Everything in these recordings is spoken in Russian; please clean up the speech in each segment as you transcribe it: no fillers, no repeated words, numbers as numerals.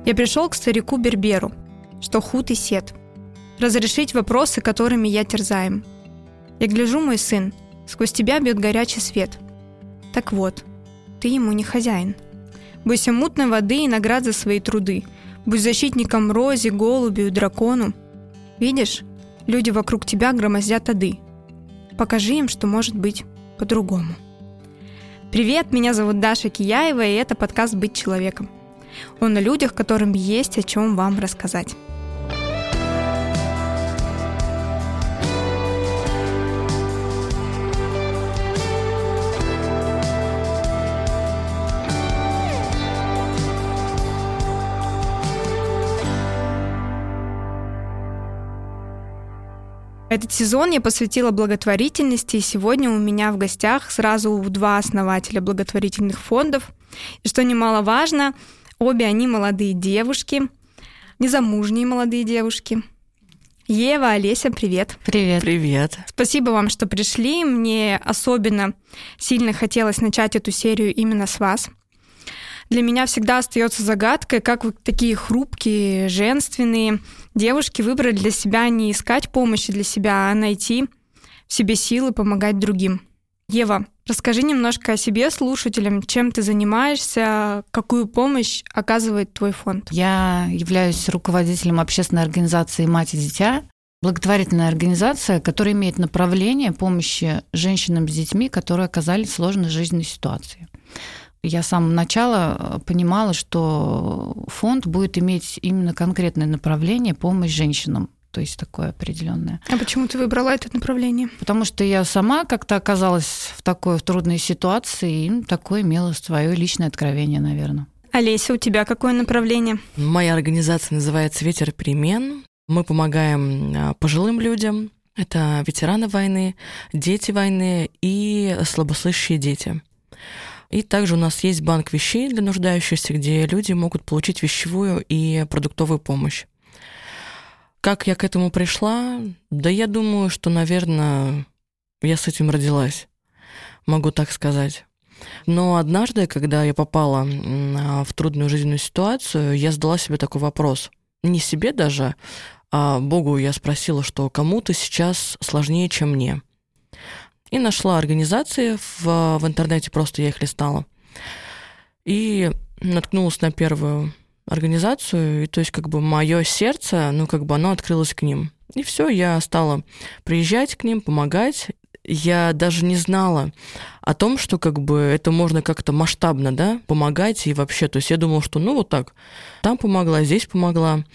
Я пришел к старику Берберу, что худ и сед, разрешить вопросы, которыми я терзаем. Я гляжу, мой сын, сквозь тебя бьет горячий свет. Так вот, ты ему не хозяин. Бойся мутной воды и наград за свои труды. Будь защитником розе, голубю, дракону. Видишь, люди вокруг тебя громоздят ады. Покажи им, что может быть по-другому. Привет, меня зовут Даша Кияева, и это подкаст «Быть человеком». Он о людях, которым есть о чем вам рассказать. Этот сезон я посвятила благотворительности, и сегодня у меня в гостях сразу два основателя благотворительных фондов. И что немаловажно, обе они молодые девушки, незамужние молодые девушки. Ева, Олеся, привет. Привет. Привет. Спасибо вам, что пришли. Мне особенно сильно хотелось начать эту серию именно с вас. Для меня всегда остается загадкой, как вы такие хрупкие, женственные девушки выбрали для себя не искать помощи для себя, а найти в себе силы помогать другим. Ева, расскажи немножко о себе слушателям, чем ты занимаешься, какую помощь оказывает твой фонд. Я являюсь руководителем общественной организации «Мать и дитя», благотворительная организация, которая имеет направление помощи женщинам с детьми, которые оказались в сложной жизненной ситуации. Я с самого начала понимала, что фонд будет иметь именно конкретное направление помощь женщинам, то есть такое определенное. А почему ты выбрала это направление? Потому что я сама как-то оказалась в трудной ситуации и такое имела свое личное откровение, наверное. Олеся, у тебя какое направление? Моя организация называется «Ветер перемен». Мы помогаем пожилым людям. Это ветераны войны, дети войны и слабослышащие дети. И также у нас есть банк вещей для нуждающихся, где люди могут получить вещевую и продуктовую помощь. Как я к этому пришла? Да я думаю, что, наверное, я с этим родилась, могу так сказать. Но однажды, когда я попала в трудную жизненную ситуацию, я задала себе такой вопрос. Не себе даже, а Богу я спросила, что кому-то сейчас сложнее, чем мне. И нашла организации в интернете, просто я их листала. И наткнулась на первую организацию, и то есть мое сердце, оно открылось к ним. И все, я стала приезжать к ним, помогать. Я даже не знала о том, что это можно как-то масштабно, да, помогать и вообще. То есть я думала, что вот так, там помогла, здесь помогла.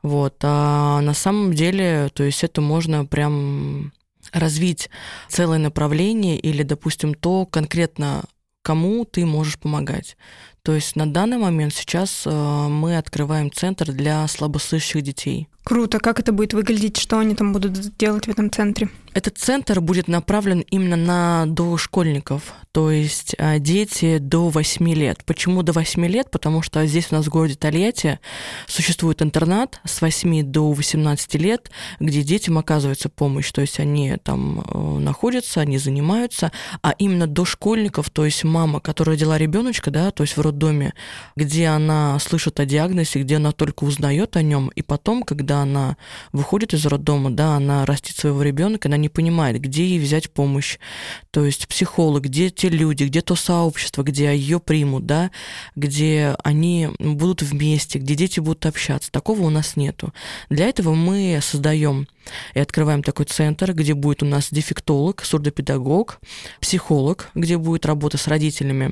А на самом деле, то есть это можно прям развить целое направление или, допустим, то конкретно, кому ты можешь помогать. То есть на данный момент сейчас мы открываем центр для слабослышащих детей. Круто. Как это будет выглядеть? Что они там будут делать в этом центре? Этот центр будет направлен именно на дошкольников, то есть дети до 8 лет. Почему до 8 лет? Потому что здесь у нас в городе Тольятти существует интернат с 8 до 18 лет, где детям оказывается помощь. То есть они там находятся, они занимаются, а именно дошкольников, то есть мама, которая родила ребеночка, да, то есть в роддоме, где она слышит о диагнозе, где она только узнает о нем, и потом, когда она выходит из роддома, да, она растит своего ребенка, она не понимает, где ей взять помощь. То есть психолог, где те люди, где то сообщество, где ее примут, да, где они будут вместе, где дети будут общаться. Такого у нас нету. Для этого мы создаем и открываем такой центр, где будет у нас дефектолог, сурдопедагог, психолог, где будет работа с родителями,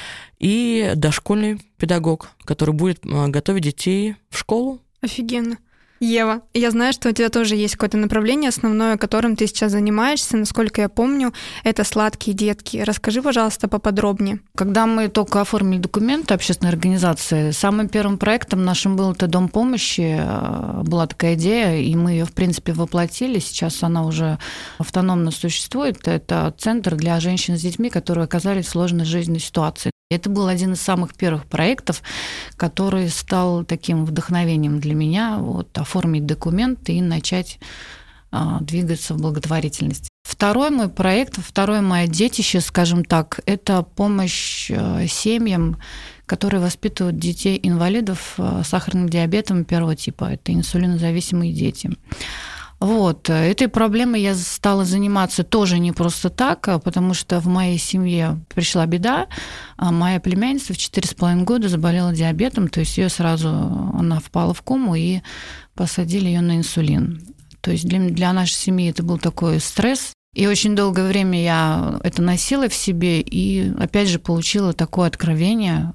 и дошкольный педагог, который будет готовить детей в школу. Офигенно. Ева, я знаю, что у тебя тоже есть какое-то направление основное, которым ты сейчас занимаешься. Насколько я помню, это сладкие детки. Расскажи, пожалуйста, поподробнее. Когда мы только оформили документы общественной организации, самым первым проектом нашим был это Дом помощи. Была такая идея, и мы ее, в принципе, воплотили. Сейчас она уже автономно существует. Это центр для женщин с детьми, которые оказались в сложной жизненной ситуации. Это был один из самых первых проектов, который стал таким вдохновением для меня, оформить документы и начать двигаться в благотворительность. Второй мой проект, второе мое детище, скажем так, это помощь семьям, которые воспитывают детей-инвалидов с сахарным диабетом первого типа. Это инсулинозависимые дети. Вот. Этой проблемой я стала заниматься тоже не просто так, потому что в моей семье пришла беда. Моя племянница в 4,5 года заболела диабетом, то есть она впала в кому и посадили ее на инсулин. То есть для нашей семьи это был такой стресс. И очень долгое время я это носила в себе, и опять же получила такое откровение,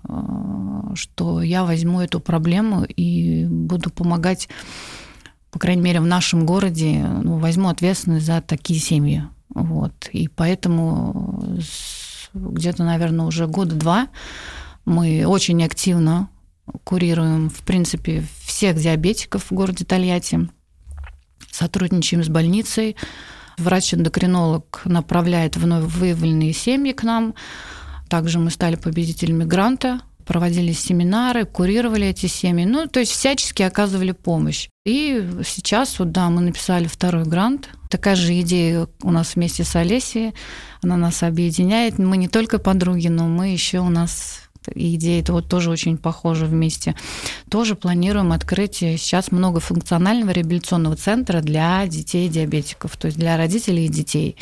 что я возьму эту проблему и буду помогать, по крайней мере, в нашем городе, возьму ответственность за такие семьи. Вот. И поэтому где-то, наверное, уже года 2 мы очень активно курируем, в принципе, всех диабетиков в городе Тольятти, сотрудничаем с больницей. Врач-эндокринолог направляет вновь выявленные семьи к нам. Также мы стали победителями гранта, проводили семинары, курировали эти семьи. То есть всячески оказывали помощь. И сейчас, мы написали второй грант. Такая же идея у нас вместе с Олесей. Она нас объединяет. Мы не только подруги, но мы еще у нас... идеи это тоже очень похожи вместе. Тоже планируем открыть сейчас многофункционального реабилитационного центра для детей-диабетиков, то есть для родителей и детей.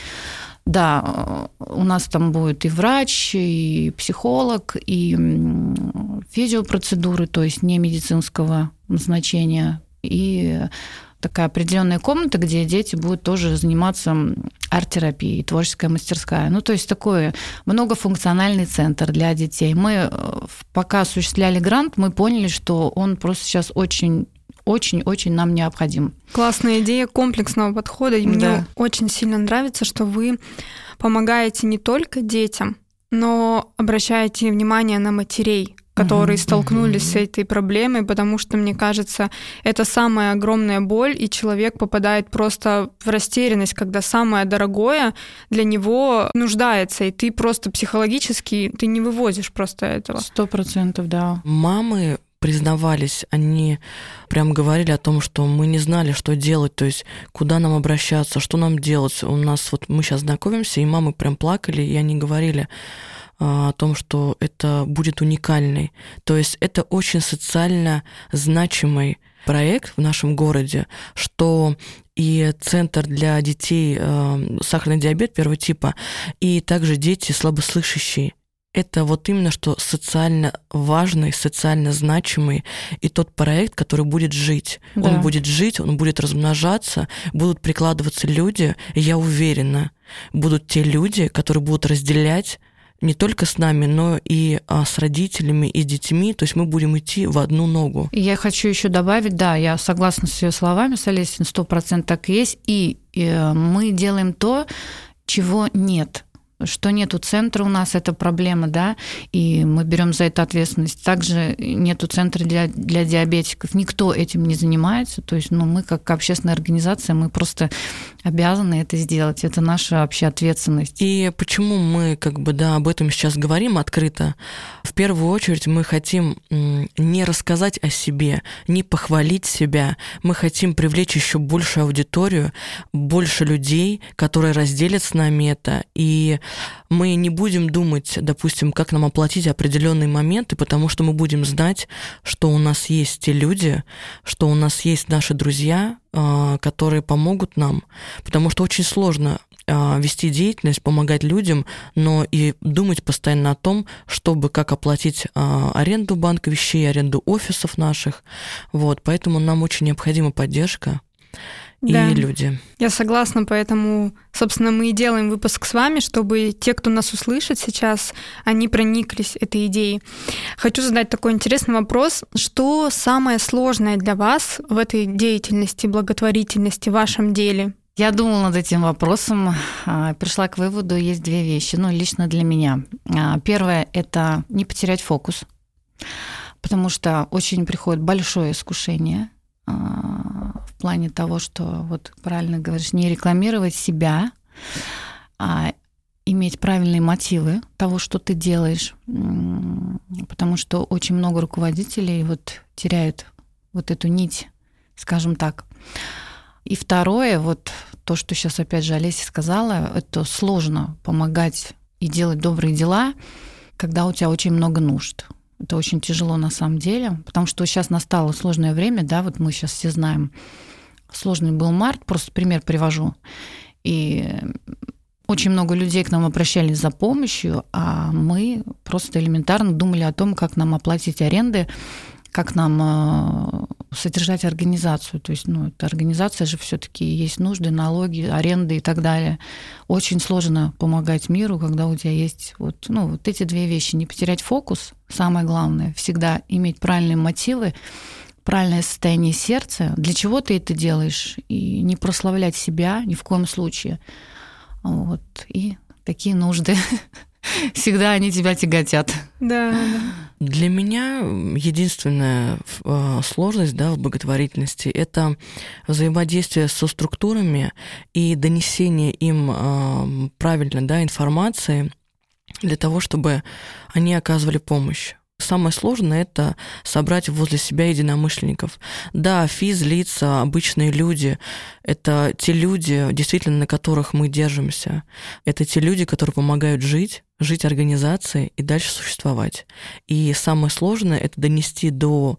Да, у нас там будет и врач, и психолог, и физиопроцедуры, то есть не медицинского назначения, и такая определенная комната, где дети будут тоже заниматься арт-терапией, творческая мастерская. То есть такой многофункциональный центр для детей. Мы, пока осуществляли грант, мы поняли, что он просто сейчас очень-очень нам необходим. Классная идея комплексного подхода. И мне очень сильно нравится, что вы помогаете не только детям, но обращаете внимание на матерей, которые столкнулись с этой проблемой, потому что, мне кажется, это самая огромная боль, и человек попадает просто в растерянность, когда самое дорогое для него нуждается, и ты просто психологически, ты не вывозишь просто этого. 100%, да. Мамы признавались, они прям говорили о том, что мы не знали, что делать, то есть куда нам обращаться, что нам делать. У нас мы сейчас знакомимся, и мамы прям плакали, и они говорили о том, что это будет уникальный. То есть это очень социально значимый проект в нашем городе, что и центр для детей сахарный диабет первого типа, и также дети слабослышащие. Это именно что социально важный, социально значимый, и тот проект, который будет жить. Да. Он будет жить, он будет размножаться, будут прикладываться люди, и я уверена, будут те люди, которые будут разделять не только с нами, но и с родителями и с детьми, то есть мы будем идти в одну ногу. И я хочу еще добавить, да, я согласна с ее словами, с Олесей, 100% так и есть, и мы делаем то, чего нет. Что нету центра у нас, это проблема, да, и мы берем за это ответственность. Также нету центра для диабетиков, никто этим не занимается, то есть мы как общественная организация, мы просто обязаны это сделать, это наша вообще ответственность. И почему мы об этом сейчас говорим открыто? В первую очередь мы хотим не рассказать о себе, не похвалить себя, мы хотим привлечь еще большую аудиторию, больше людей, которые разделят с нами это, и мы не будем думать, допустим, как нам оплатить определенные моменты, потому что мы будем знать, что у нас есть те люди, что у нас есть наши друзья, которые помогут нам, потому что очень сложно вести деятельность, помогать людям, но и думать постоянно о том, чтобы как оплатить аренду банка вещей, аренду офисов наших. Поэтому нам очень необходима поддержка. И люди. Я согласна, поэтому, собственно, мы и делаем выпуск с вами, чтобы те, кто нас услышит сейчас, они прониклись этой идеей. Хочу задать такой интересный вопрос. Что самое сложное для вас в этой деятельности, благотворительности, в вашем деле? Я думала над этим вопросом, пришла к выводу, есть 2 вещи, лично для меня. Первое – это не потерять фокус, потому что очень приходит большое искушение в плане того, что, правильно говоришь, не рекламировать себя, а иметь правильные мотивы того, что ты делаешь, потому что очень много руководителей теряют эту нить, скажем так. И второе, вот то, что сейчас опять же Олеся сказала, это сложно помогать и делать добрые дела, когда у тебя очень много нужд. Это очень тяжело на самом деле, потому что сейчас настало сложное время, да, вот мы сейчас все знаем, сложный был март, просто пример привожу. И очень много людей к нам обращались за помощью, а мы просто элементарно думали о том, как нам оплатить аренды, как нам содержать организацию. То есть, эта организация же все-таки есть нужды, налоги, аренды и так далее. Очень сложно помогать миру, когда у тебя есть вот эти две вещи. Не потерять фокус, самое главное, всегда иметь правильные мотивы, правильное состояние сердца, для чего ты это делаешь, и не прославлять себя ни в коем случае. Вот. И такие нужды. Всегда они тебя тяготят. Да. Для меня единственная сложность, в благотворительности – это взаимодействие со структурами и донесение им правильно, информации для того, чтобы они оказывали помощь. Самое сложное – это собрать возле себя единомышленников. Да, физлица, обычные люди – это те люди, действительно, на которых мы держимся. Это те люди, которые помогают жить организации и дальше существовать. И самое сложное – это донести до…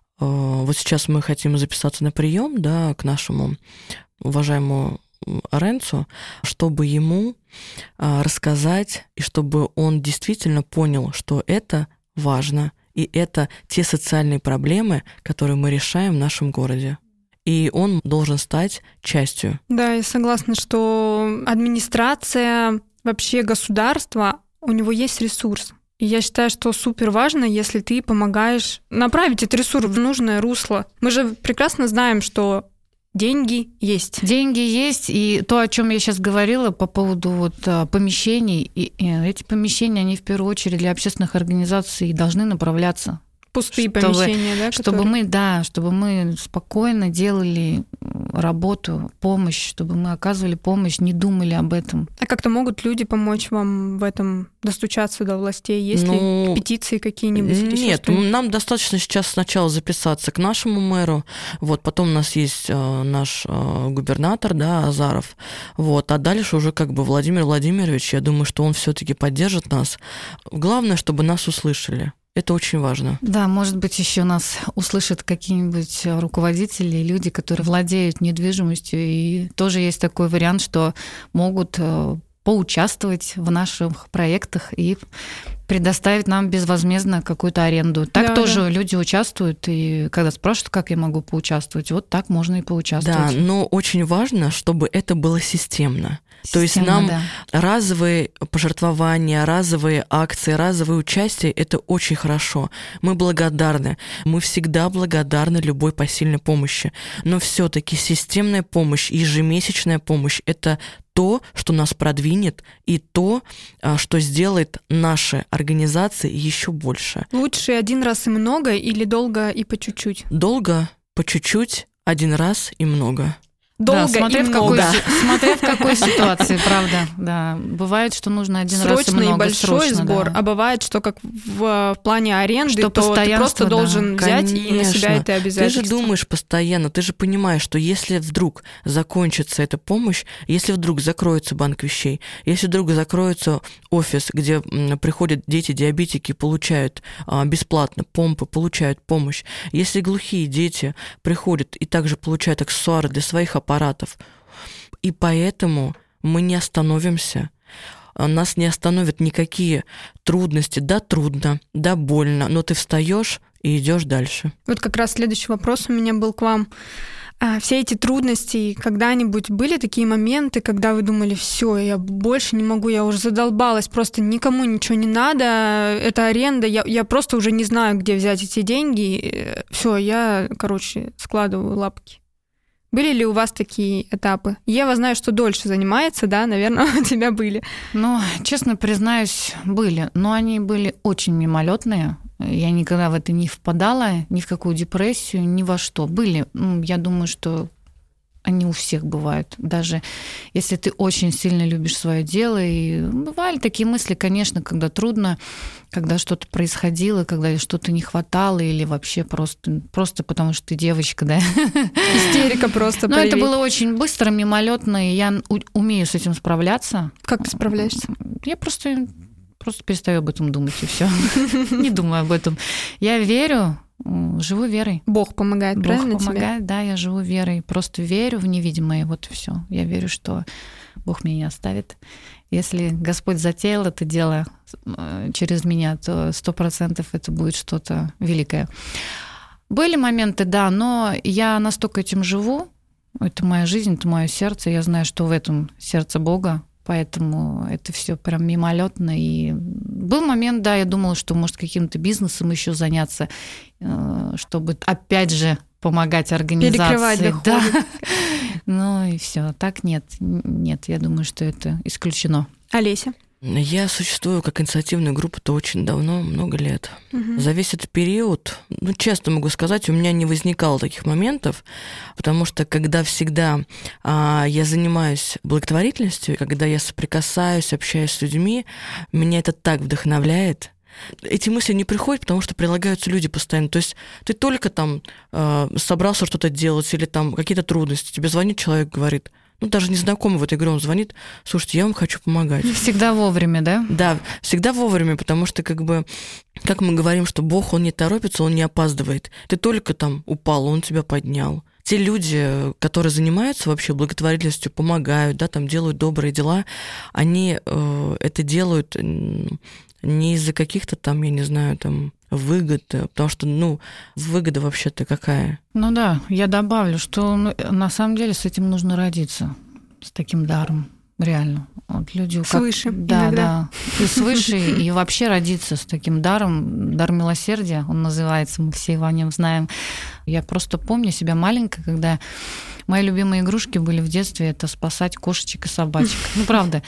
Вот сейчас мы хотим записаться на прием, к нашему уважаемому Ренцу, чтобы ему рассказать, и чтобы он действительно понял, что это важно, и это те социальные проблемы, которые мы решаем в нашем городе. И он должен стать частью. Да, я согласна, что администрация, вообще государство, у него есть ресурс. И я считаю, что супер важно, если ты помогаешь направить этот ресурс в нужное русло. Мы же прекрасно знаем, что деньги есть. Деньги есть, и то, о чем я сейчас говорила по поводу помещений, и эти помещения, они в первую очередь для общественных организаций должны направляться. Пустые помещения, чтобы мы спокойно делали работу, помощь, чтобы мы оказывали помощь, не думали об этом. А как-то могут люди помочь вам в этом, достучаться до властей? Есть ли петиции какие-нибудь? Нет, нам достаточно сейчас сначала записаться к нашему мэру, потом у нас есть наш губернатор, Азаров, а дальше уже Владимир Владимирович, я думаю, что он все-таки поддержит нас. Главное, чтобы нас услышали. Это очень важно. Да, может быть, еще нас услышат какие-нибудь руководители, люди, которые владеют недвижимостью, и тоже есть такой вариант, что могут поучаствовать в наших проектах и предоставить нам безвозмездно какую-то аренду. Так тоже люди участвуют, и когда спрашивают, как я могу поучаствовать, вот так можно и поучаствовать. Да, но очень важно, чтобы это было системно. То есть нам разовые пожертвования, разовые акции, разовые участия – это очень хорошо. Мы благодарны. Мы всегда благодарны любой посильной помощи. Но все-таки системная помощь, ежемесячная помощь – это то, что нас продвинет, и то, что сделает наши организации еще больше. Лучше один раз и много или долго и по чуть-чуть? Долго, по чуть-чуть, один раз и много. Долго смотря и много. Смотря в какой ситуации, правда. Да. Бывает, что нужно один раз и много. Срочный и большой сбор, а бывает, что как в плане аренды, что то ты просто должен взять и на себя это обязательство. Ты же думаешь постоянно, ты же понимаешь, что если вдруг закончится эта помощь, если вдруг закроется банк вещей, если вдруг закроется офис, где приходят дети-диабетики, получают бесплатно помпы, получают помощь, если глухие дети приходят и также получают аксессуары для своих аппаратов. И поэтому мы не остановимся. Нас не остановят никакие трудности. Да, трудно, да, больно, но ты встаешь и идешь дальше. Вот как раз следующий вопрос у меня был к вам. Все эти трудности, когда-нибудь были такие моменты, когда вы думали, все, я больше не могу, я уже задолбалась, просто никому ничего не надо, это аренда, я просто уже не знаю, где взять эти деньги, все, я, складываю лапки. Были ли у вас такие этапы? Ева, знаю, что дольше занимается, да, наверное, у тебя были. Честно признаюсь, были, но они были очень мимолетные. Я никогда в это не впадала, ни в какую депрессию, ни во что. Были, я думаю, что они у всех бывают. Даже если ты очень сильно любишь свое дело. И бывали такие мысли, конечно, когда трудно, когда что-то происходило, когда что-то не хватало, или вообще просто потому, что ты девочка, да. Истерика просто. Но это было очень быстро, мимолетно, и я умею с этим справляться. Как ты справляешься? Я просто перестаю об этом думать, и все. Не думаю об этом. Я верю, живу верой. Бог помогает, правильно тебе? Бог помогает, да, я живу верой. Просто верю в невидимое, вот и все. Я верю, что Бог меня не оставит. Если Господь затеял это дело через меня, то 100% это будет что-то великое. Были моменты, да, но я настолько этим живу. Это моя жизнь, это мое сердце. Я знаю, что в этом сердце Бога. Поэтому это все прям мимолетно. И был момент, да, я думала, что может каким-то бизнесом еще заняться, чтобы опять же помогать организации. Перекрывать доходы. Да. Ну и все. Так нет. Нет, я думаю, что это исключено. Олеся? Я существую как инициативная группа-то очень давно, много лет. За весь этот период, честно могу сказать, у меня не возникало таких моментов, потому что когда всегда я занимаюсь благотворительностью, когда я соприкасаюсь, общаюсь с людьми, меня это так вдохновляет. Эти мысли не приходят, потому что прилагаются люди постоянно. То есть ты только там собрался что-то делать или там какие-то трудности, тебе звонит человек, говорит, даже незнакомый в этой игре, он звонит, слушайте, я вам хочу помогать. Всегда вовремя, да? Да, всегда вовремя, потому что как мы говорим, что Бог, Он не торопится, Он не опаздывает. Ты только там упал, Он тебя поднял. Те люди, которые занимаются вообще благотворительностью, помогают, да, там делают добрые дела, они это делают не из-за каких-то там, я не знаю, там выгод, потому что, выгода вообще-то какая? Ну да, я добавлю, что на самом деле с этим нужно родиться, с таким даром, реально. Вот люди, свыше да, иногда. Да, и свыше, и вообще родиться с таким даром, дар милосердия, он называется, мы все его о нем знаем. Я просто помню себя маленькой, когда мои любимые игрушки были в детстве, это спасать кошечек и собачек. Правда,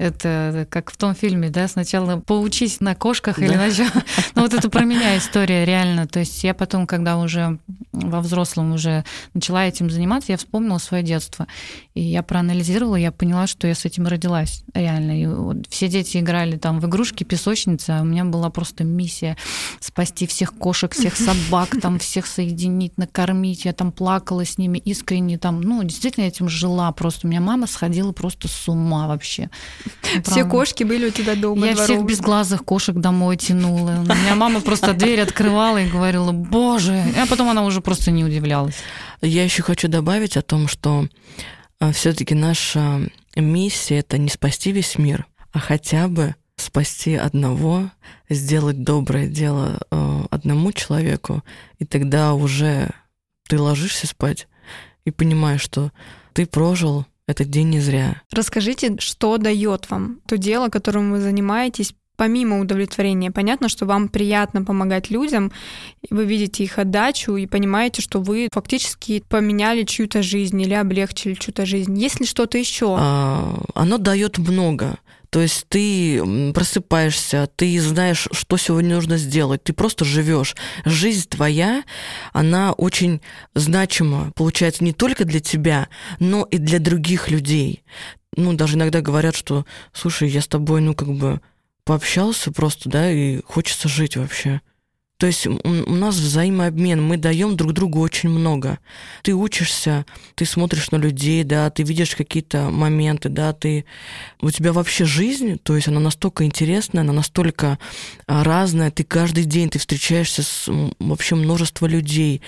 это как в том фильме, да, сначала поучись на кошках или на чем. Вот это про меня история, реально. То есть я потом, когда уже во взрослом уже начала этим заниматься, я вспомнила свое детство. И я проанализировала, я поняла, что я с этим родилась, реально. И вот все дети играли там в игрушки, песочницы, а у меня была просто миссия спасти всех кошек, всех собак, там всех соединить, накормить. Я там плакала с ними искренне, там, действительно этим жила просто. У меня мама сходила просто с ума вообще. Все кошки были у тебя дома? Я всех безглазых кошек домой тянула. У меня мама просто дверь открывала и говорила, боже. А потом она уже просто не удивлялась. Я еще хочу добавить о том, что все-таки наша миссия — это не спасти весь мир, а хотя бы спасти одного, сделать доброе дело одному человеку, и тогда уже ты ложишься спать и понимаешь, что ты прожил этот день не зря. Расскажите, что дает вам то дело, которым вы занимаетесь, помимо удовлетворения. Понятно, что вам приятно помогать людям, вы видите их отдачу и понимаете, что вы фактически поменяли чью-то жизнь или облегчили чью-то жизнь. Есть ли что-то еще? Оно дает много. То есть ты просыпаешься, ты знаешь, что сегодня нужно сделать, ты просто живешь. Жизнь твоя, она очень значима, получается, не только для тебя, но и для других людей. Даже иногда говорят, что, слушай, я с тобой, пообщался просто, да, и хочется жить вообще. То есть у нас взаимообмен, мы даем друг другу очень много. Ты учишься, ты смотришь на людей, да, ты видишь какие-то моменты, да, у тебя вообще жизнь, то есть она настолько интересная, она настолько разная, ты каждый день ты встречаешься с вообще множеством людей.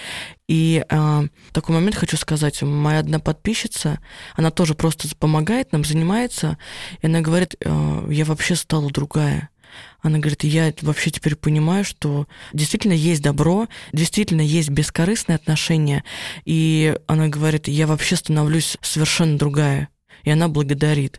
И такой момент хочу сказать, моя одна подписчица, она тоже просто помогает нам, занимается, и она говорит, я вообще стала другая. Она говорит, я вообще теперь понимаю, что действительно есть добро, действительно есть бескорыстные отношения. И она говорит, я вообще становлюсь совершенно другая. И она благодарит.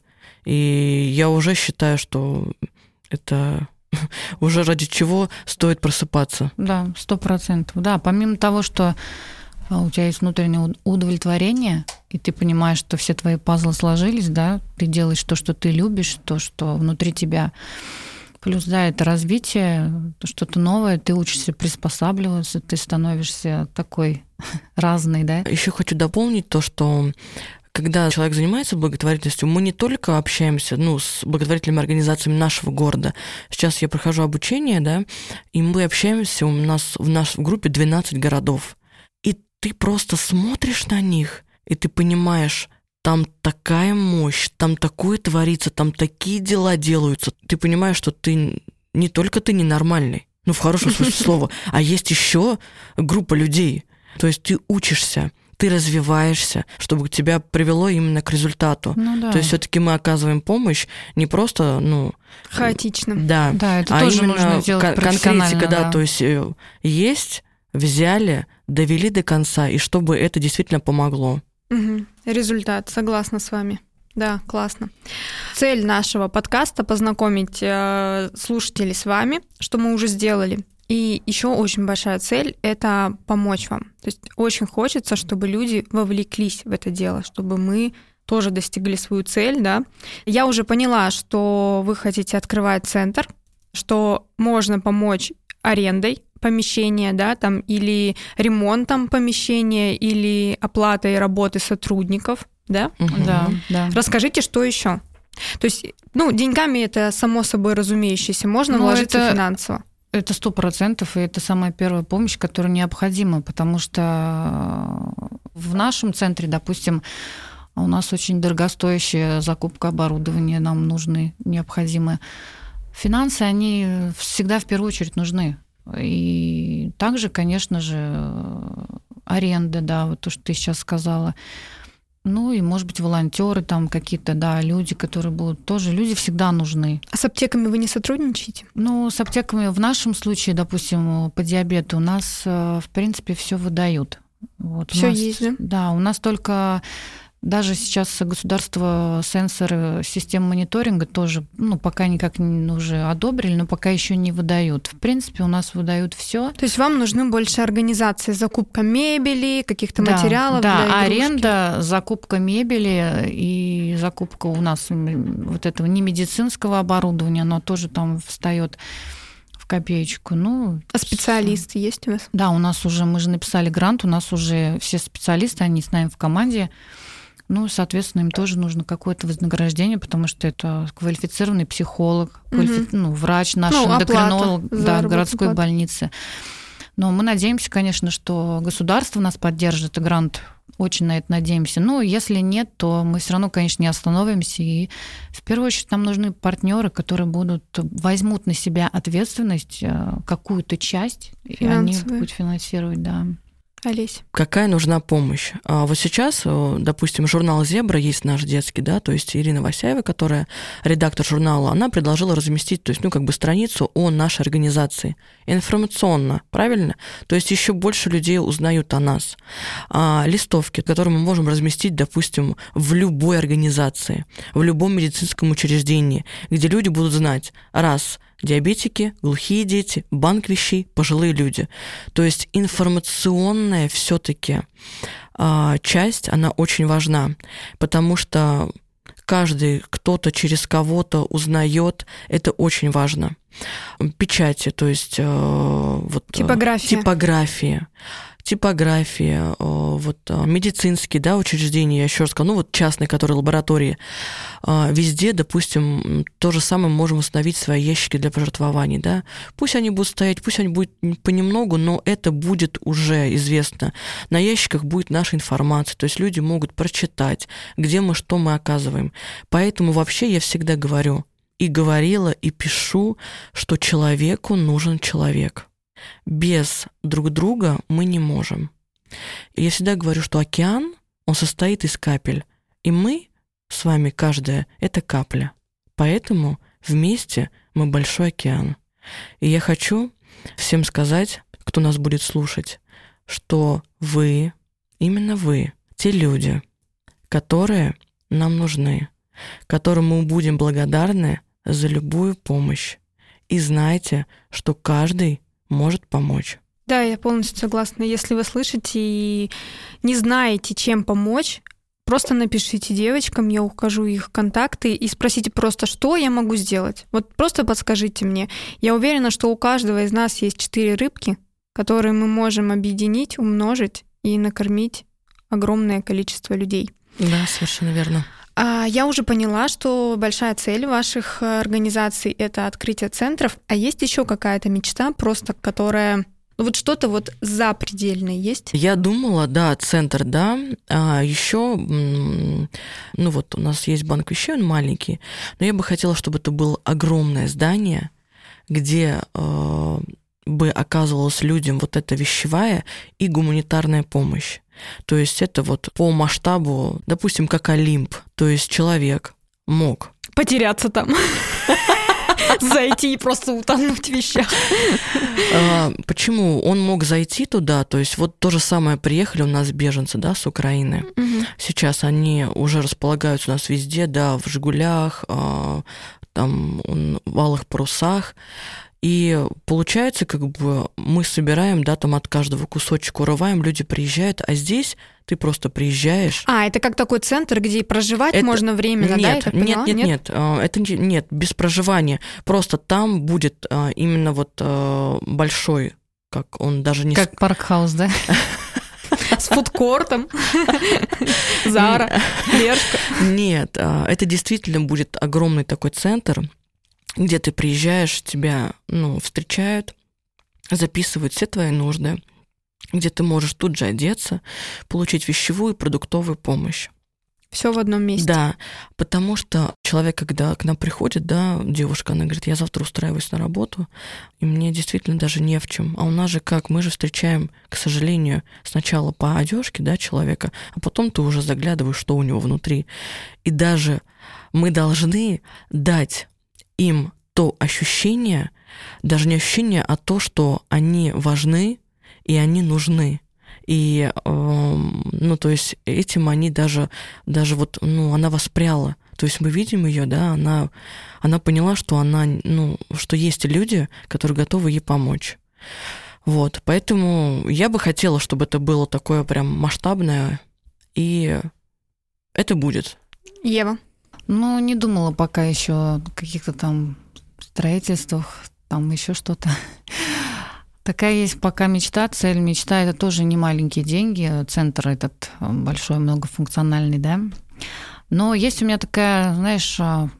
И я уже считаю, что это уже ради чего стоит просыпаться. Да, 100%. Да, помимо того, что у тебя есть внутреннее удовлетворение, и ты понимаешь, что все твои пазлы сложились, да, ты делаешь то, что ты любишь, то, что внутри тебя Плюс, да, это развитие, что-то новое, ты учишься приспосабливаться, ты становишься такой разный, да. Еще хочу дополнить то, что когда человек занимается благотворительностью, мы не только общаемся, с благотворительными организациями нашего города. Сейчас я прохожу обучение, да, и мы общаемся, у нас в группе 12 городов. И ты просто смотришь на них, и ты понимаешь, там такая мощь, там такое творится, там такие дела делаются. Ты понимаешь, что ты не только ты ненормальный, в хорошем смысле слова, а есть еще группа людей. То есть ты учишься, ты развиваешься, чтобы тебя привело именно к результату. Да. То есть все-таки мы оказываем помощь не просто, хаотично. Да, это а тоже именно нужно делать профессионально. конкретика, да, то есть есть, взяли, довели до конца, и чтобы это действительно помогло. Угу. Результат, согласна с вами. Да, классно. Цель нашего подкаста — познакомить слушателей с вами, что мы уже сделали. И еще очень большая цель — это помочь вам. То есть очень хочется, чтобы люди вовлеклись в это дело, чтобы мы тоже достигли свою цель, да. Я уже поняла, что вы хотите открывать центр, что можно помочь арендой помещения, да, там, или ремонтом помещения, или оплатой работы сотрудников, да? Да. Расскажите, что еще? То есть, деньгами это само собой разумеющееся, можно вложиться финансово. Это 100%, и это самая первая помощь, которая необходима, потому что в нашем центре, допустим, у нас очень дорогостоящая закупка оборудования, нам нужны, необходимы. Финансы, они всегда в первую очередь нужны. И также, конечно же, аренда, да, вот то, что ты сейчас сказала. И, может быть, волонтеры там какие-то, да, люди, которые будут тоже. Люди всегда нужны. А с аптеками вы не сотрудничаете? С аптеками в нашем случае, допустим, по диабету у нас, в принципе, все выдают. Все есть, да? Да, у нас только... Даже сейчас государство сенсоры систем мониторинга тоже, пока никак уже одобрили, но пока еще не выдают. В принципе, у нас выдают все. То есть вам нужны больше организации, закупка мебели, каких-то материалов для игрушки? Аренда, закупка мебели и закупка у нас вот этого не медицинского оборудования, оно тоже там встает в копеечку. А специалисты есть у вас? Да, у нас уже, мы же написали грант, у нас уже все специалисты, они с нами в команде. Соответственно, им тоже нужно какое-то вознаграждение, потому что это квалифицированный психолог, врач наш, эндокринолог городской больницы. Но мы надеемся, конечно, что государство нас поддержит, и грант очень на это надеемся. Если нет, то мы все равно, конечно, не остановимся. И в первую очередь нам нужны партнеры, которые возьмут на себя ответственность, какую-то часть, и они будут финансировать, да. Олесь. Какая нужна помощь? Вот сейчас, допустим, журнал «Зебра» есть наш детский, да, то есть Ирина Васяева, которая редактор журнала, она предложила разместить, то есть, страницу о нашей организации информационно, правильно? То есть еще больше людей узнают о нас. Листовки, которые мы можем разместить, допустим, в любой организации, в любом медицинском учреждении, где люди будут знать, раз – диабетики, глухие дети, банк вещей, пожилые люди. То есть информационная все-таки часть, она очень важна, потому что каждый кто-то через кого-то узнает, это очень важно. Печати, то есть типография, медицинские, да, учреждения, я еще раз скажу, частные, которые лаборатории, везде, допустим, то же самое можем установить свои ящики для пожертвований, да. Пусть они будут стоять, пусть они будут понемногу, но это будет уже известно. На ящиках будет наша информация, то есть люди могут прочитать, где мы, что мы оказываем. Поэтому вообще я всегда говорю, и говорила, и пишу, что человеку нужен человек. Без друг друга мы не можем. Я всегда говорю, что океан, он состоит из капель, и мы с вами, каждая, это капля. Поэтому вместе мы большой океан. И я хочу всем сказать, кто нас будет слушать, что вы, именно вы, те люди, которые нам нужны, которым мы будем благодарны за любую помощь. И знайте, что каждый может помочь. Да, я полностью согласна. Если вы слышите и не знаете, чем помочь, Просто напишите девочкам, я укажу их контакты и спросите просто, что я могу сделать. Вот просто подскажите мне. Я уверена, что у каждого из нас есть 4 рыбки, которые мы можем объединить, умножить и накормить огромное количество людей. Да, совершенно верно. Я уже поняла, что большая цель ваших организаций — это открытие центров. А есть еще какая-то мечта, просто которая... Вот что-то вот запредельное есть? Я думала, да, центр, да. Еще, вот у нас есть банк вещей, он маленький, но я бы хотела, чтобы это было огромное здание, где бы оказывалась людям вот эта вещевая и гуманитарная помощь. То есть это вот по масштабу, допустим, как Олимп. То есть человек мог... Потеряться там. Зайти и просто утонуть в вещах. Почему? Он мог зайти туда, то есть вот то же самое, приехали у нас беженцы, да, с Украины. Сейчас они уже располагаются у нас везде, да, в «Жигулях», там, в «Алых парусах». И получается, как бы мы собираем, да, там от каждого кусочек урываем, люди приезжают, а здесь ты просто приезжаешь. Это как такой центр, где и проживать можно временно, да? Нет, без проживания. Просто там будет именно вот большой, как он даже не... Как паркхаус, да? С фудкортом, Зара, Бершка. Нет, это действительно будет огромный такой центр, где ты приезжаешь, тебя, встречают, записывают все твои нужды, где ты можешь тут же одеться, получить вещевую и продуктовую помощь. Все в одном месте. Да, потому что человек, когда к нам приходит, да, девушка, она говорит, я завтра устраиваюсь на работу, и мне действительно даже не в чем. А у нас же как? Мы же встречаем, к сожалению, сначала по одежке, да, человека, а потом ты уже заглядываешь, что у него внутри. И даже мы должны дать им то ощущение, даже не ощущение, а то, что они важны и они нужны. И, то есть этим они даже вот, она воспряла. То есть мы видим ее, да, она поняла, что что есть люди, которые готовы ей помочь. Вот, поэтому я бы хотела, чтобы это было такое прям масштабное, и это будет. Ева? Не думала пока еще о каких-то там строительствах, там еще что-то. Такая есть пока мечта, цель. Мечта — это тоже не маленькие деньги, центр этот большой, многофункциональный, да. Но есть у меня такая, знаешь,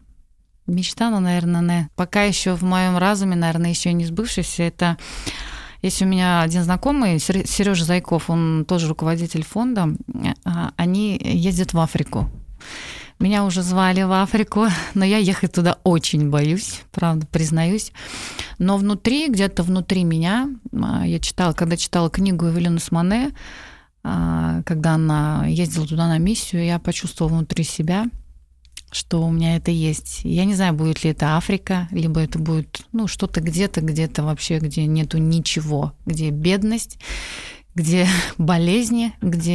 мечта, наверное, пока еще в моем разуме, наверное, еще не сбывшаяся. Это есть у меня один знакомый, Сережа Зайков, он тоже руководитель фонда. Они ездят в Африку. Меня уже звали в Африку, но я ехать туда очень боюсь, правда, признаюсь. Но где-то внутри меня, когда читала книгу Эвелины Смане, когда она ездила туда на миссию, я почувствовала внутри себя, что у меня это есть. Я не знаю, будет ли это Африка, либо это будет что-то где-то вообще, где нету ничего, где бедность, где болезни,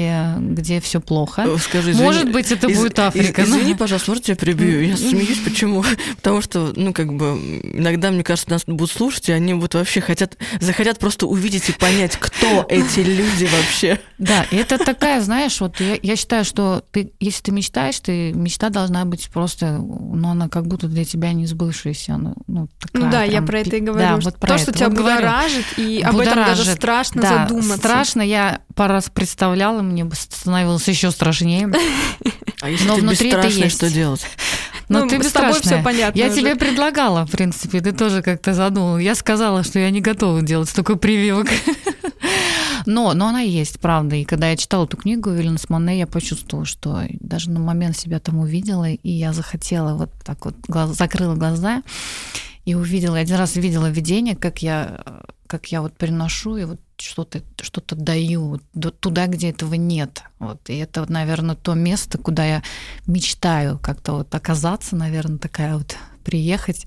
где все плохо. Скажи, может быть, это будет Африка. Извини, пожалуйста, может, я прибью? Я смеюсь, почему? Потому что, иногда, мне кажется, нас будут слушать, и они вообще захотят просто увидеть и понять, кто эти люди вообще. Да, и это такая, знаешь, вот я считаю, что если ты мечтаешь, мечта должна быть просто, она как будто для тебя не сбывшаяся. Такая, да, я про это и говорю. Да, вот про то, это. что тебя будоражит, и об этом даже страшно задуматься. Страшно, я пару раз представляла, мне становилось еще страшнее. А если ты бесстрашная, что делать? Ты с тобой все понятно. Я тебе предлагала, в принципе, ты тоже как-то задумала. Я сказала, что я не готова делать такой прививок. Но она есть, правда. И когда я читала эту книгу Эвелины Смане, я почувствовала, что даже на момент себя там увидела, и я захотела вот так вот, закрыла глаза и увидела. Я один раз видела видение, как я вот приношу и вот что-то даю туда, где этого нет. Вот. И это, наверное, то место, куда я мечтаю как-то вот оказаться, наверное, такая вот приехать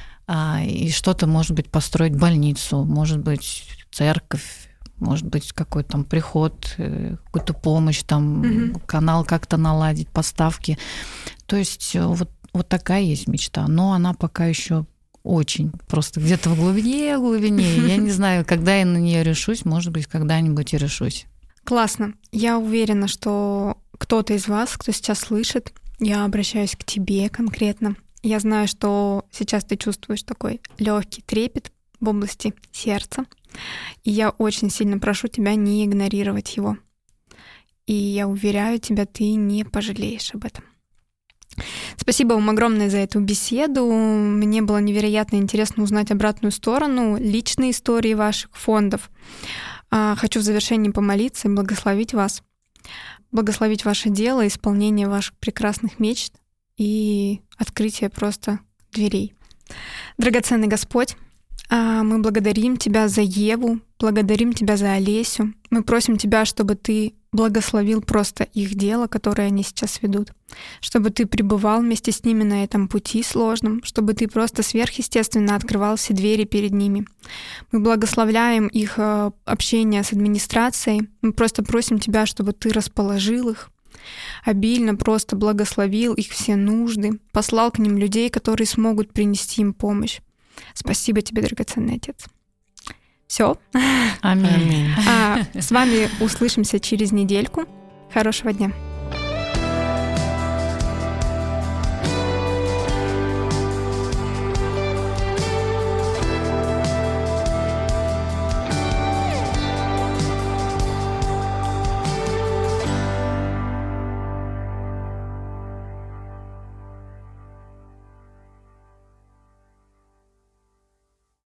и что-то, может быть, построить больницу, может быть, церковь, может быть, какой-то там приход, какую-то помощь, там канал как-то наладить, поставки. То есть вот такая есть мечта. Но она пока еще очень просто где-то в глубине. Я не знаю, когда я на нее решусь, может быть, когда-нибудь и решусь. Классно. Я уверена, что кто-то из вас, кто сейчас слышит, я обращаюсь к тебе конкретно. Я знаю, что сейчас ты чувствуешь такой легкий трепет в области сердца. И я очень сильно прошу тебя не игнорировать его. И я уверяю тебя, ты не пожалеешь об этом. Спасибо вам огромное за эту беседу. Мне было невероятно интересно узнать обратную сторону, личные истории ваших фондов. Хочу в завершении помолиться и благословить вас. Благословить ваше дело, исполнение ваших прекрасных мечт и открытие просто дверей. Драгоценный Господь, мы благодарим Тебя за Еву, благодарим Тебя за Олесю. Мы просим Тебя, чтобы Ты благословил просто их дело, которое они сейчас ведут, чтобы Ты пребывал вместе с ними на этом пути сложном, чтобы Ты просто сверхъестественно открывал все двери перед ними. Мы благословляем их общение с администрацией. Мы просто просим Тебя, чтобы Ты расположил их, обильно просто благословил их все нужды, послал к ним людей, которые смогут принести им помощь. Спасибо тебе, драгоценный Отец. Все. Аминь. С вами услышимся через недельку. Хорошего дня.